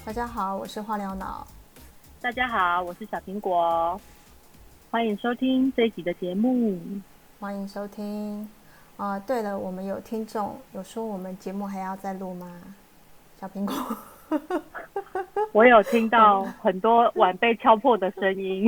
大家好，我是化疗脑。 大家好，我是小苹果，欢迎收听这一集的节目。 欢迎收听。对了，我们有听众有说我们节目还要再录吗？小苹果， 我有听到很多碗被敲破的声音。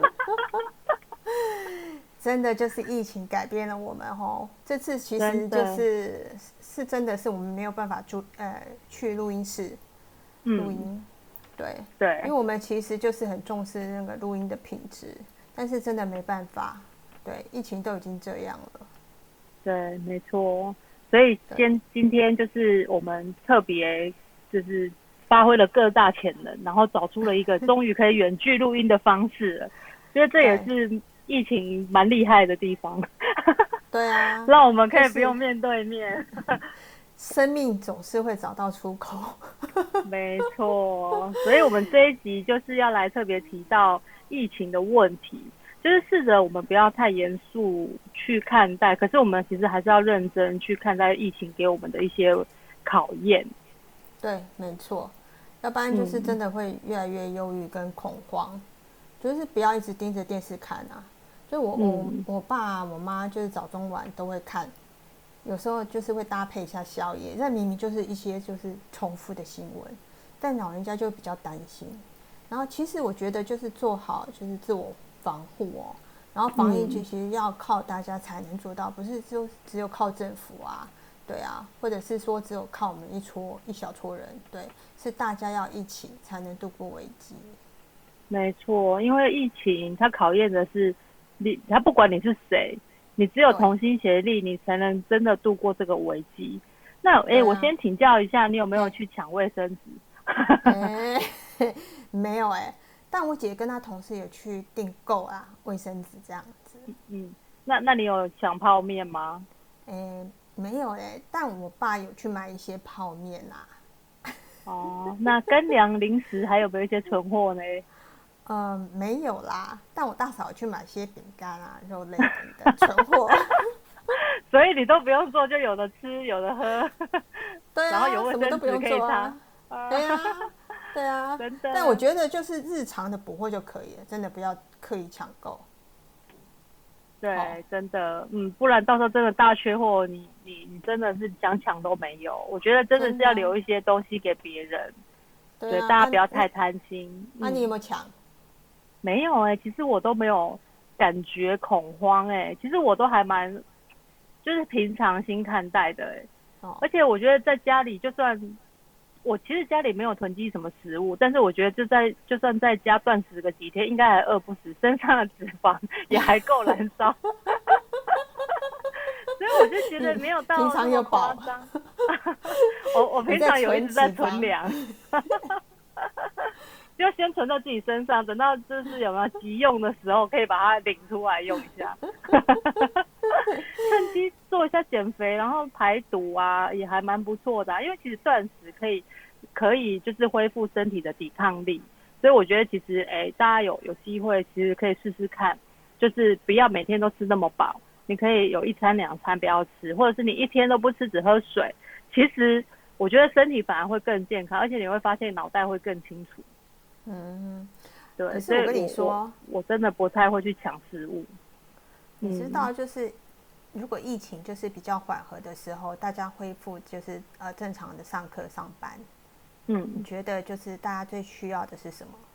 真的就是疫情改变了我们吼。这次其实是真的是我们没有办法去录音室录音，对，因为我们其实就是很重视那个录音的品质，但是真的没办法，对，疫情都已经这样了。 对，没错。所以今天就是我们特别就是发挥了各大潜能，然后找出了一个终于可以远距录音的方式了。觉得这也是疫情蛮厉害的地方。 对啊， 让我们可以不用面对面。 生命总是会找到出口。 没错，所以我们这一集就是要来特别提到疫情的问题，就是试着我们不要太严肃去看待，可是我们其实还是要认真去看待疫情给我们的一些考验。 对，没错，要不然就是真的会越来越忧郁跟恐慌，就是不要一直盯着电视看啊。就我爸我妈就是早中晚都会看，有时候就是会搭配一下宵夜，这明明就是一些就是重复的新闻，但老人家就比较担心。然后其实我觉得就是做好就是自我防护哦，然后防疫其实要靠大家才能做到，不是就只有靠政府啊，对啊，或者是说只有靠我们一小撮人，对，是大家要一起才能度过危机。 没错，因为疫情它考验的是它不管你是谁，你只有同心协力，你才能真的度过这个危机。那我先请教一下，你有没有去抢卫生纸？ 没有但我姐跟她同事有去订购啊卫生纸这样子。 那你有抢泡面吗？ 没有但我爸有去买一些泡面啦。 那干粮零食还有没有一些存货呢？ 没有啦，但我大嫂去买些饼干啊、肉类等等存货。 所以你都不用做，就有的吃，有的喝。 对啊， 然后有卫生纸可以擦。 对啊，对啊。 真的。 但我觉得就是日常的补货就可以了，真的不要刻意抢购。 对，真的，不然到时候真的大缺货，你真的是想抢都没有。我觉得真的是要留一些东西给别人， 对大家不要太贪心。 你有没有抢？ 没有其实我都没有感觉恐慌其实我都还蛮就是平常心看待的而且我觉得在家里，就算我其实家里没有囤积什么食物，但是我觉得就算在家断食个几天，应该还饿不死，身上的脂肪也还够燃烧。所以我就觉得没有到那么夸张。我平常有一直在存粮。就先存在自己身上，等到就是有没有急用的时候，可以把它领出来用一下。趁机做一下减肥，然后排毒啊，也还蛮不错的因为其实断食可以就是恢复身体的抵抗力，所以我觉得其实大家有机会其实可以试试看，就是不要每天都吃那么饱，你可以有一餐两餐不要吃，或者是你一天都不吃只喝水，其实我觉得身体反而会更健康，而且你会发现脑袋会更清楚。对， 可是我跟你说， 我真的不太会去抢食物。 你知道，就是如果疫情就是比较缓和的时候，大家恢复就是正常的上课上班，你觉得就是大家最需要的是什么？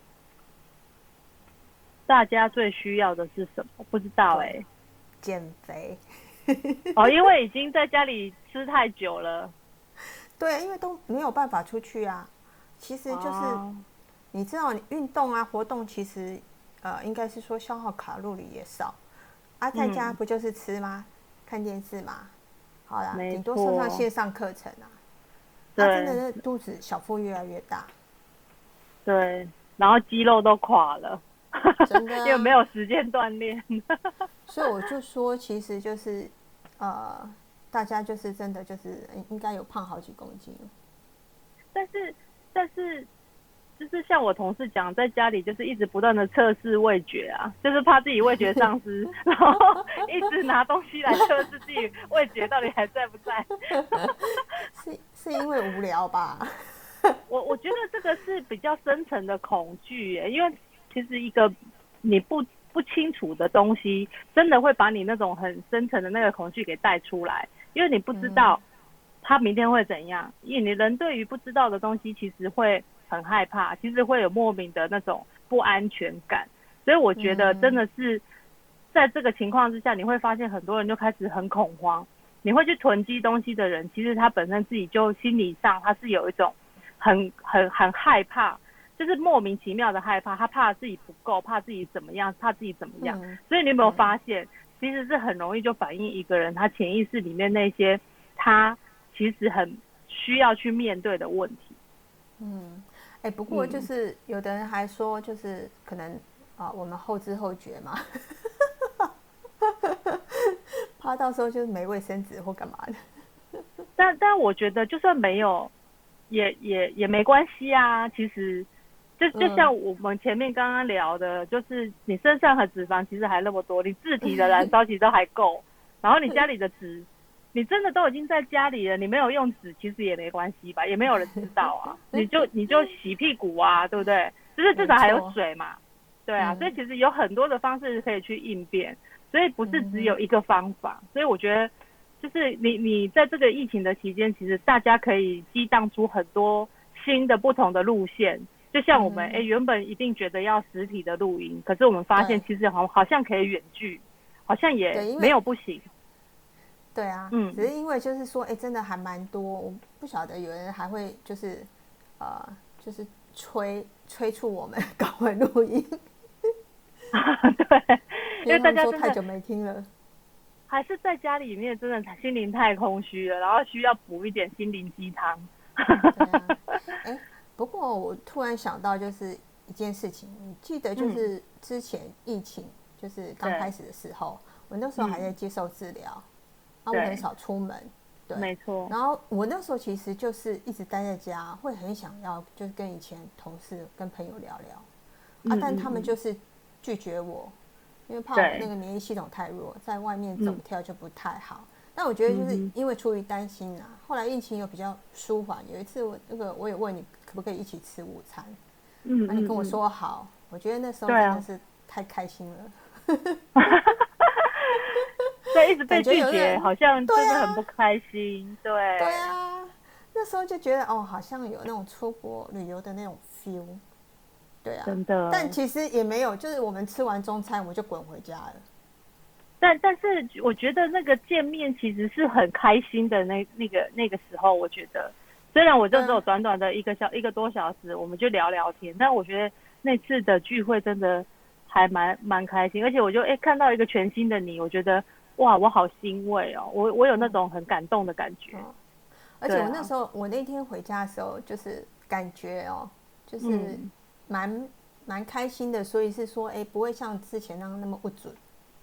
大家最需要的是什么？不知道减肥。 因为已经在家里吃太久了。 对，因为都没有办法出去啊。其实就是。你知道，你运动啊活动其实，应该是说消耗卡路里也少，在家不就是吃吗？看电视嘛，好啦，顶多上线上课程啊。真的那肚子小腹越来越大。 对，然后肌肉都垮了， 真的因为没有时间锻炼。 所以我就说，其实就是，大家就是真的就是应该有胖好几公斤。 但是。就是像我同事讲，在家里就是一直不断的测试味觉啊，就是怕自己味觉丧失，然后一直拿东西来测试自己味觉到底还在不在。 是因为无聊吧？ 我觉得这个是比较深层的恐惧耶，因为其实一个你不清楚的东西，真的会把你那种很深层的那个恐惧给带出来，因为你不知道他明天会怎样，因为你人对于不知道的东西其实会很害怕，其实会有莫名的那种不安全感，所以我觉得真的是在这个情况之下，你会发现很多人就开始很恐慌。你会去囤积东西的人，其实他本身自己就心理上他是有一种很害怕，就是莫名其妙的害怕，他怕自己不够，怕自己怎么样，怕自己怎么样。所以你有没有发现，其实是很容易就反映一个人他潜意识里面那些他其实很需要去面对的问题。 不过就是有的人还说，就是可能我们后知后觉嘛。怕到时候就是没卫生纸或干嘛的。 但我觉得就算没有，也没关系啊。其实就像我们前面刚刚聊的，就是你身上的脂肪其实还那么多，你自体的燃烧其实都还够。然后你家里的纸，你真的都已经在家里了，你没有用纸其实也没关系吧，也没有人知道啊。你就洗屁股啊，对不对？就是至少还有水嘛。对啊，所以其实有很多的方式可以去应变。所以不是只有一个方法，所以我觉得就是你在这个疫情的期间，其实大家可以激荡出很多新的不同的路线。就像我们原本一定觉得要实体的录音，可是我们发现其实好像可以远距，好像也没有不行。 对啊，只是因为就是说，真的还蛮多，我不晓得有人还会就是就是催促我们赶快录音。 对，因为大家说太久没听了， 还是在家里面真的心灵太空虚了，然后需要补一点心灵鸡汤。 对啊，不过我突然想到就是一件事情，你记得就是之前疫情就是刚开始的时候，我那时候还在接受治疗，我很少出门，对， 没错。 然后我那时候其实就是一直待在家，会很想要就是跟以前同事跟朋友聊聊，但他们就是拒绝我。因为怕我那个免疫系统太弱，在外面走跳就不太好。但我觉得就是因为出于担心后来疫情又比较舒缓。有一次我也问你可不可以一起吃午餐，你跟我说好，我觉得那时候真的是太开心了。 对，一直被拒绝，好像真的很不开心。对啊，那时候就觉得好像有那种出国旅游的那种 feel。对啊， 真的， 但其实也没有，就是我们吃完中餐我就滚回家了。 但是我觉得那个见面其实是很开心的那个时候，我觉得虽然我就只有短短的一个多小时，我们就聊聊天，但我觉得那次的聚会真的还蛮开心，而且我就看到一个全新的你，我觉得哇，我好欣慰哦，我有那种很感动的感觉。 而且我那时候我那天回家的时候，就是感觉就是蛮开心的，所以是说不会像之前那么不准。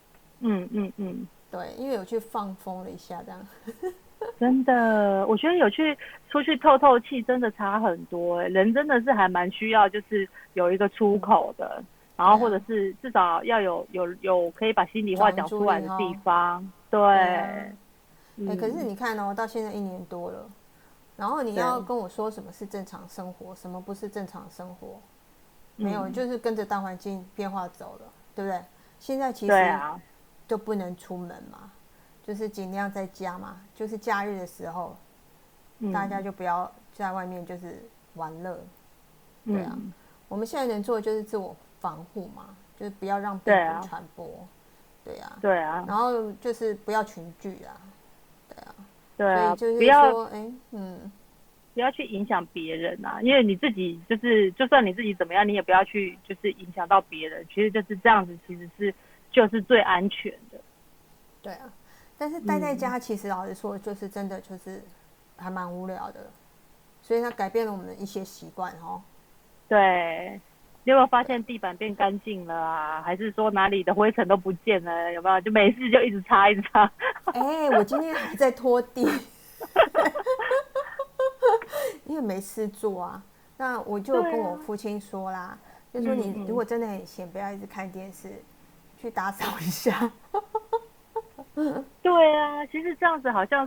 对，因为有去放风了一下这样。 真的，我觉得出去透气真的差很多。人真的是还蛮需要就是有一个出口的，然后或者是至少要有可以把心里话讲出来的地方。对。 可是你看到现在1年多了，然后你要跟我说什么是正常生活，什么不是正常生活，没有，就是跟着大环境变化走了，对不对？现在其实就不能出门嘛，就是尽量在家嘛，就是假日的时候，大家就不要在外面就是玩乐。对啊，我们现在能做的就是自我防护嘛，就是不要让病毒传播。对啊，然后就是不要群聚啊。对啊，所以就是说不要去影响别人啊，因为你自己就算你自己怎么样，你也不要去就是影响到别人，其实就是这样子，其实就是最安全的。 对啊，但是待在家其实老实说就是真的就是还蛮无聊的，所以它改变了我们的一些习惯对，你有没有发现地板变干净了啊？还是说哪里的灰尘都不见了？有没有？就没事就一直擦一直擦。 我今天还在拖地。因为没事做啊，那我就跟我父亲说啦，就说你如果真的很闲，不要一直看电视，去打扫一下。 对啊，其实这样子好像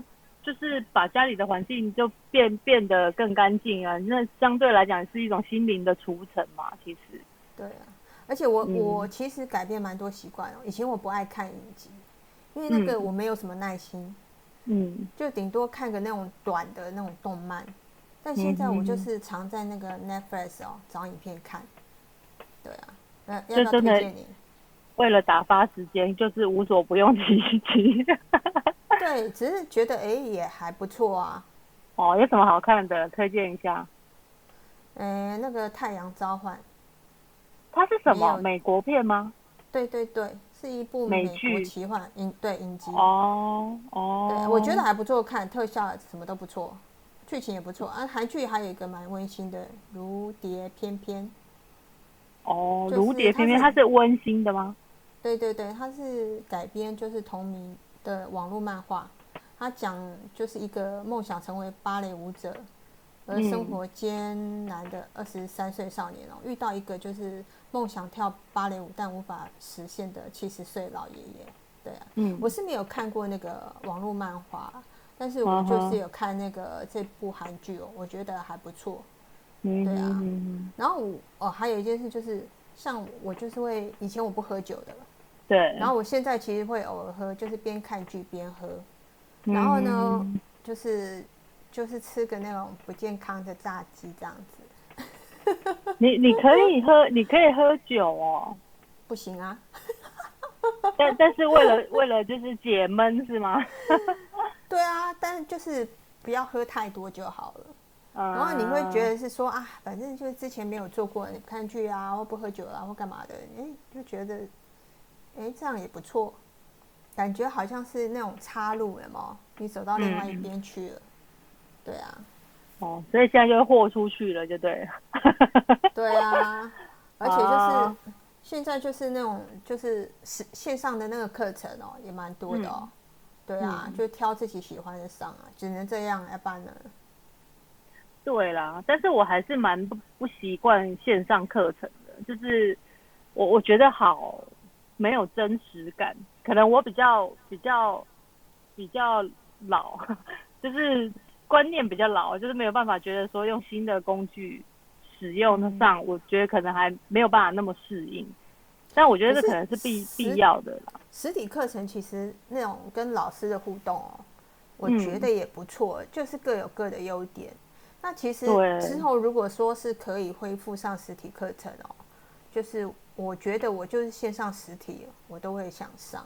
就是把家里的环境就变得更干净啊，那相对来讲是一种心灵的除尘嘛，其实。 对啊，而且我其实改变蛮多习惯哦。以前我不爱看影集，因为那个我没有什么耐心，就顶多看个那种短的那种动漫。但现在我就是常在那个 Netflix 找影片看。对啊，要不要推荐你？ 为了打发时间，就是无所不用其极。 对，只是觉得也还不错啊。 哦，有什么好看的？推荐一下。 那个《太阳召唤》。 它是什么？美国片吗？ 对对对，是一部美国奇幻影集。对，我觉得还不错看，特效什么都不错，剧情也不错啊。韩剧还有一个蛮温馨的《如蝶翩翩》。 如蝶翩翩，它是温馨的吗？ 对对对，它是改编就是同名的网络漫画，它讲就是一个梦想成为芭蕾舞者而生活艰难的23岁少年遇到一个就是梦想跳芭蕾舞但无法实现的70岁老爷爷。对啊，我是没有看过那个网络漫画，但是我就是有看那个这部韩剧我觉得还不错。对啊，然后还有一件事就是，像我就是会以前我不喝酒的， 对， 然后我现在其实会偶尔喝，就是边看剧边喝，然后呢，就是吃个那种不健康的炸鸡这样子。 你可以喝酒哦？ 不行啊。 但是为了就是解闷是吗？ 对啊，但就是不要喝太多就好了。然后你会觉得是说反正就是之前没有做过，你不看剧啊，或不喝酒啊，或干嘛的，就觉得这样也不错，感觉好像是那种岔路了嘛，你走到另外一边去了。对啊。 所以现在就豁出去了，就对了。 对啊，而且就是现在就是那种就是线上的那个课程也蛮多的对啊，就挑自己喜欢的上啊，只能这样，要不然呢？ 对啦，但是我还是蛮不习惯线上课程的，就是我觉得好没有真实感，可能我比较老，就是观念比较老，就是没有办法觉得说用新的工具使用上，我觉得可能还没有办法那么适应，但我觉得这可能是必要的啦。 实体课程其实那种跟老师的互动我觉得也不错，就是各有各的优点。那其实之后如果说是可以恢复上实体课程就是我觉得我就是线上实体我都会想上。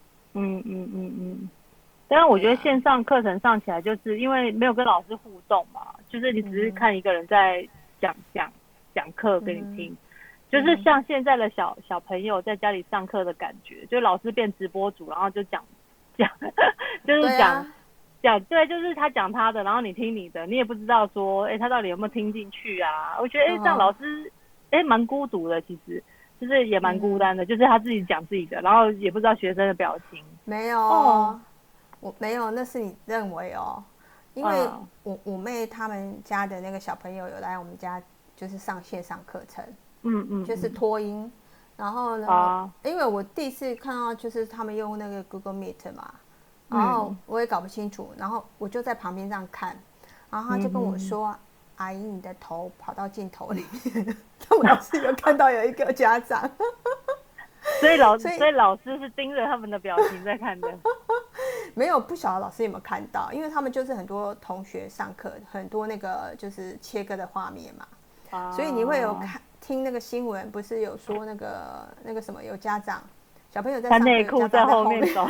当然我觉得线上课程上起来就是因为没有跟老师互动嘛，就是你只是看一个人在讲课给你听，就是像现在的小朋友在家里上课的感觉，就老师变直播主，然后就讲就是对，就是他讲他的，然后你听你的，你也不知道说，他到底有没有听进去啊？我觉得，这样老师，蛮孤独的，其实就是也蛮孤单的，就是他自己讲自己的，然后也不知道学生的表情。 没有，我没有，那是你认为因为我妹他们家的那个小朋友有来我们家，就是上线上课程，就是托婴，然后呢，因为我第一次看到就是他们用那个 Google Meet 嘛。然后我也搞不清楚，然后我就在旁边这样看，然后他就跟我说：“阿姨，你的头跑到镜头里面。”他们老师有看到有一个家长， 所以老师是盯着他们的表情在看的。 没有，不晓得老师有没有看到，因为他们就是很多同学上课，很多那个就是切割的画面嘛，所以你会有听那个新闻，不是有说那个什么有家长小朋友在上课， 内裤在后面走。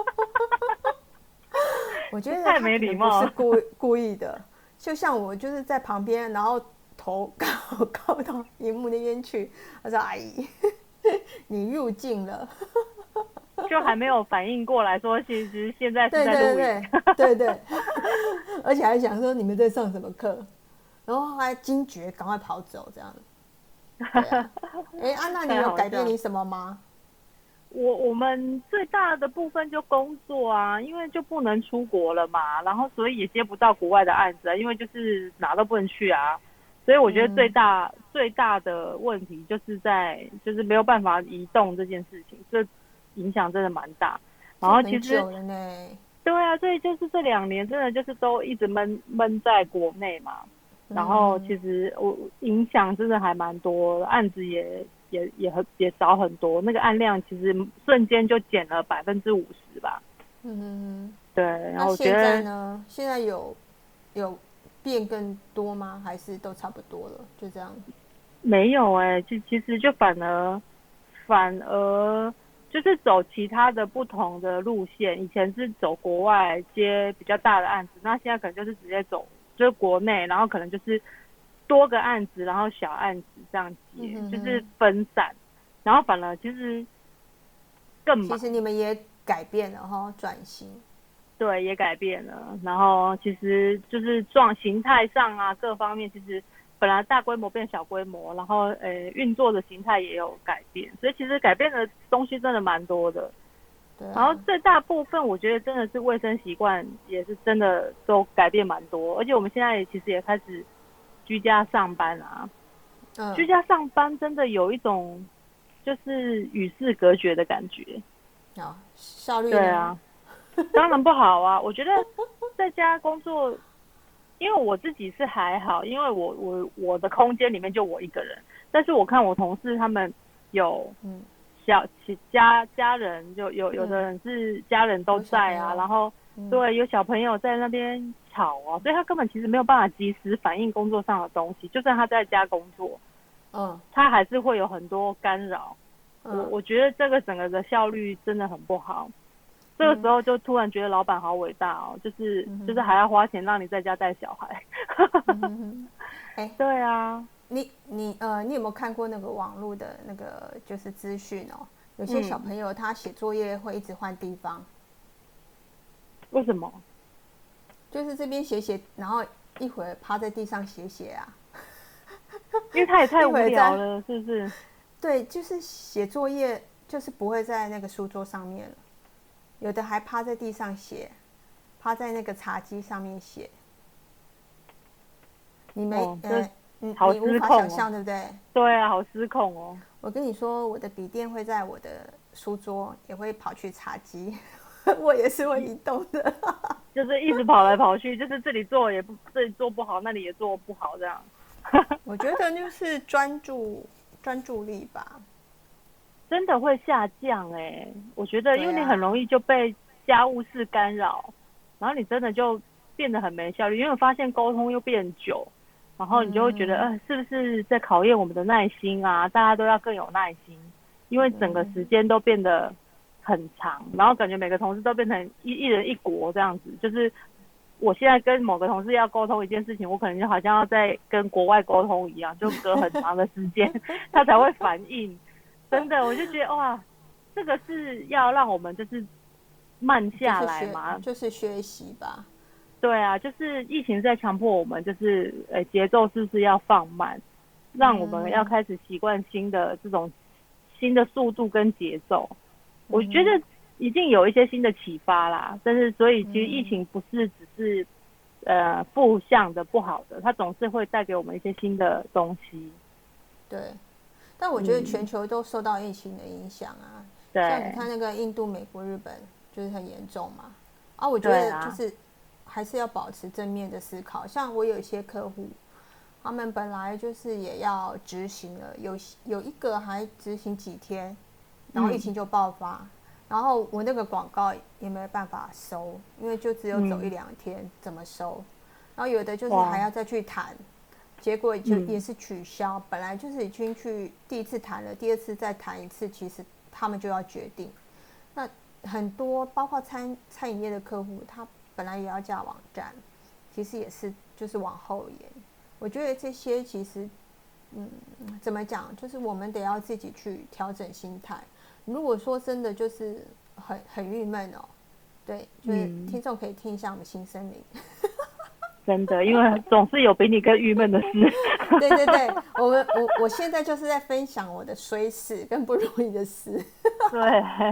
我觉得他可能不是故意的，就像我就是在旁边，然后头靠到荧幕那边去，他说：“阿姨，你入镜了。” 就还没有反应过来说，其实现在是在录影。 对，而且还想说你们在上什么课，然后还惊觉赶快跑走这样。对啊，那你有改变你什么吗？ 我们最大的部分就工作啊，因为就不能出国了嘛，然后所以也接不到国外的案子啊，因为就是哪都不能去啊，所以我觉得最大的问题就是没有办法移动这件事情，这影响真的蛮大。然后其实对啊，所以就是这2年真的就是都一直闷在国内嘛，然后其实我影响真的还蛮多，案子也少很多，那个案量其实瞬间就减了50%吧。对，然后我觉那现在得呢？现在有变更多吗？还是都差不多了？就这样。 没有其实就反而就是走其他的不同的路线，以前是走国外接比较大的案子，那现在可能就是直接走就是国内，然后可能就是多个案子，然后小案子这样接，就是分散，然后反而其实更忙。 其实你们也改变了哈，转型。 对，也改变了。然后其实就是形态上啊，各方面其实本来大规模变小规模，然后运作的形态也有改变，所以其实改变的东西真的蛮多的。 对啊。 然后最大部分我觉得真的是卫生习惯也是真的都改变蛮多，而且我们现在其实也开始居家上班啊。居家上班真的有一种就是与世隔绝的感觉。 效率呢？ 对啊，当然不好啊。我觉得在家工作，因为我自己是还好，因为我的空间里面就我一个人，但是我看我同事他们有家人，就有的人是家人都在啊，然后对有小朋友在那边吵啊，所以他根本其实没有办法及时反映工作上的东西，就算他在家工作，他还是会有很多干扰。我觉得这个整个的效率真的很不好。这个时候就突然觉得老板好伟大哦，就是还要花钱让你在家带小孩。对啊。 你有没有看过那个网络的那个就是资讯哦？有些小朋友他写作业会一直换地方。 为什么？ 就是这边写写，然后一会儿趴在地上写写啊。 因为他也太无聊了，是不是？ 对，就是写作业就是不会在那个书桌上面了，有的还趴在地上写，趴在那个茶几上面写。你没你无法想象，对不对？ 对啊，好失控哦。 我跟你说，我的笔电会在我的书桌，也会跑去茶几，我也是会移动的。 就是一直跑来跑去，就是这里做不好，那里也做不好，这样。 我觉得就是专注力吧。 真的会下降我觉得，因为你很容易就被家务事干扰，然后你真的就变得很没效率，因为我发现沟通又变久，然后你就会觉得，是不是在考验我们的耐心啊？大家都要更有耐心，因为整个时间都变得很长，然后感觉每个同事都变成一人一国这样子，就是我现在跟某个同事要沟通一件事情，我可能就好像要在跟国外沟通一样，就隔很长的时间他才会反应。真的，我就觉得哇，这个是要让我们就是慢下来嘛， 就是学习吧。 对啊，就是疫情在强迫我们，就是节奏是不是要放慢，让我们要开始习惯这种新的速度跟节奏。我觉得已经有一些新的启发啦，但是所以其实疫情不是只是负向的不好的，它总是会带给我们一些新的东西。 对。但我觉得全球都受到疫情的影响啊，像你看那个印度、美国、日本就是很严重嘛。我觉得就是还是要保持正面的思考。像我有一些客户，他们本来就是也要执行了，有一个还执行几天，然后疫情就爆发，然后我那个广告也没办法收，因为就只有走1-2天，怎么收？然后有的就是还要再去谈。结果就也是取消，本来就是已经去第一次谈了，第二次再谈一次，其实他们就要决定。那很多包括餐饮业的客户，他本来也要架网站，其实也是就是往后延。我觉得这些其实，怎么讲，就是我们得要自己去调整心态。如果说真的就是很郁闷哦，对，就是听众可以听一下我们新森林。 真的，因为总是有比你更郁闷的事。 对对对，我现在就是在分享我的衰事跟不容易的事。 对。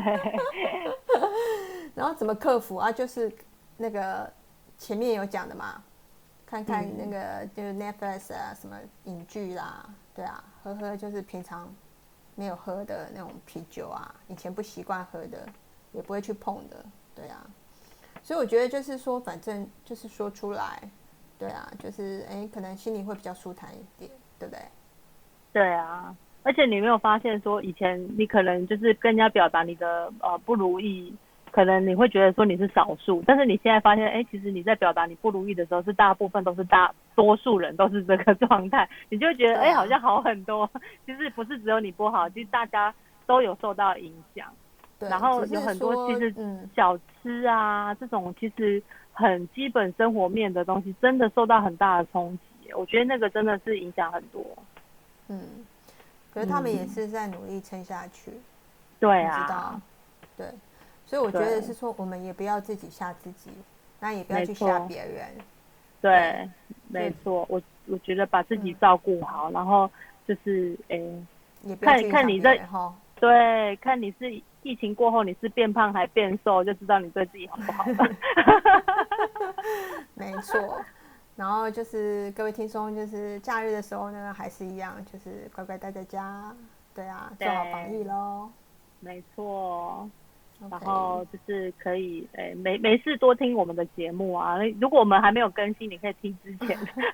然后怎么克服啊？就是那个前面有讲的嘛，看看那个就是 Netflix 啊，什么影剧啦，对啊，喝就是平常没有喝的那种啤酒啊，以前不习惯喝的，也不会去碰的，对啊。 所以我觉得就是说，反正就是说出来，对啊，就是可能心里会比较舒坦一点，对不对？ 对啊，而且你没有发现说，以前你可能就是跟人家表达你的不如意，可能你会觉得说你是少数，但是你现在发现，其实你在表达你不如意的时候，是大部分都是大多数人都是这个状态，你就会觉得好像好很多。其实不是只有你不好，其实大家都有受到影响。 对， 然后有很多其实小吃啊，这种其实很基本生活面的东西，真的受到很大的冲击。我觉得那个真的是影响很多。 可是他们也是在努力撑下去。 对啊， 你知道，对，所以我觉得是说，我们也不要自己吓自己，那也不要去吓别人。 对，没错，我觉得把自己照顾好，然后就是也不要去看你在对， 看你是疫情过后你是变胖还变瘦，就知道你对自己好不好了。 没错。然后就是各位听众，就是假日的时候呢，还是一样，就是乖乖待在家，对啊，做好防疫咯。 没错。然后就是可以没事多听我们的节目啊，如果我们还没有更新，你可以听之前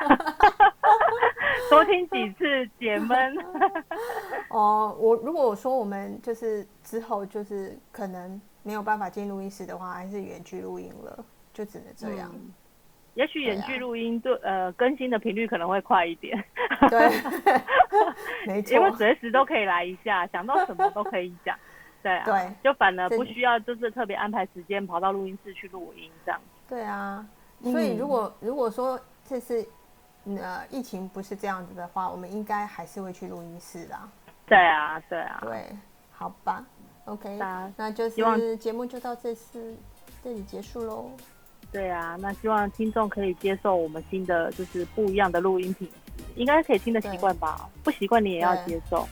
多听几次解闷。 如果我说我们就是之后就是可能没有办法进录音室的话，还是远距录音了，就只能这样。 也许远距录音更新的频率可能会快一点。 对，没错， 因为随时都可以来一下，想到什么都可以讲。对啊，对，就反而不需要就是特别安排时间跑到录音室去录音这样。 对啊，所以如果说这次疫情不是这样子的话，我们应该还是会去录音室的。 对啊，对啊。 对，好吧 ，OK， 那就是节目就到这里结束咯。 对啊，那希望听众可以接受我们新的就是不一样的录音品质，应该可以听得习惯吧？不习惯你也要接受。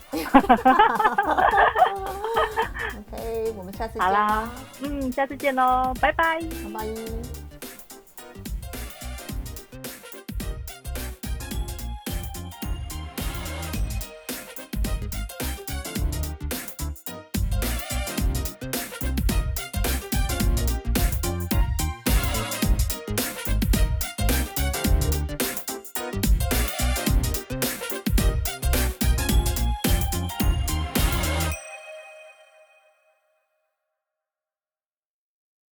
OK， 我们下次见。 好啦，下次见咯，拜拜。 拜拜。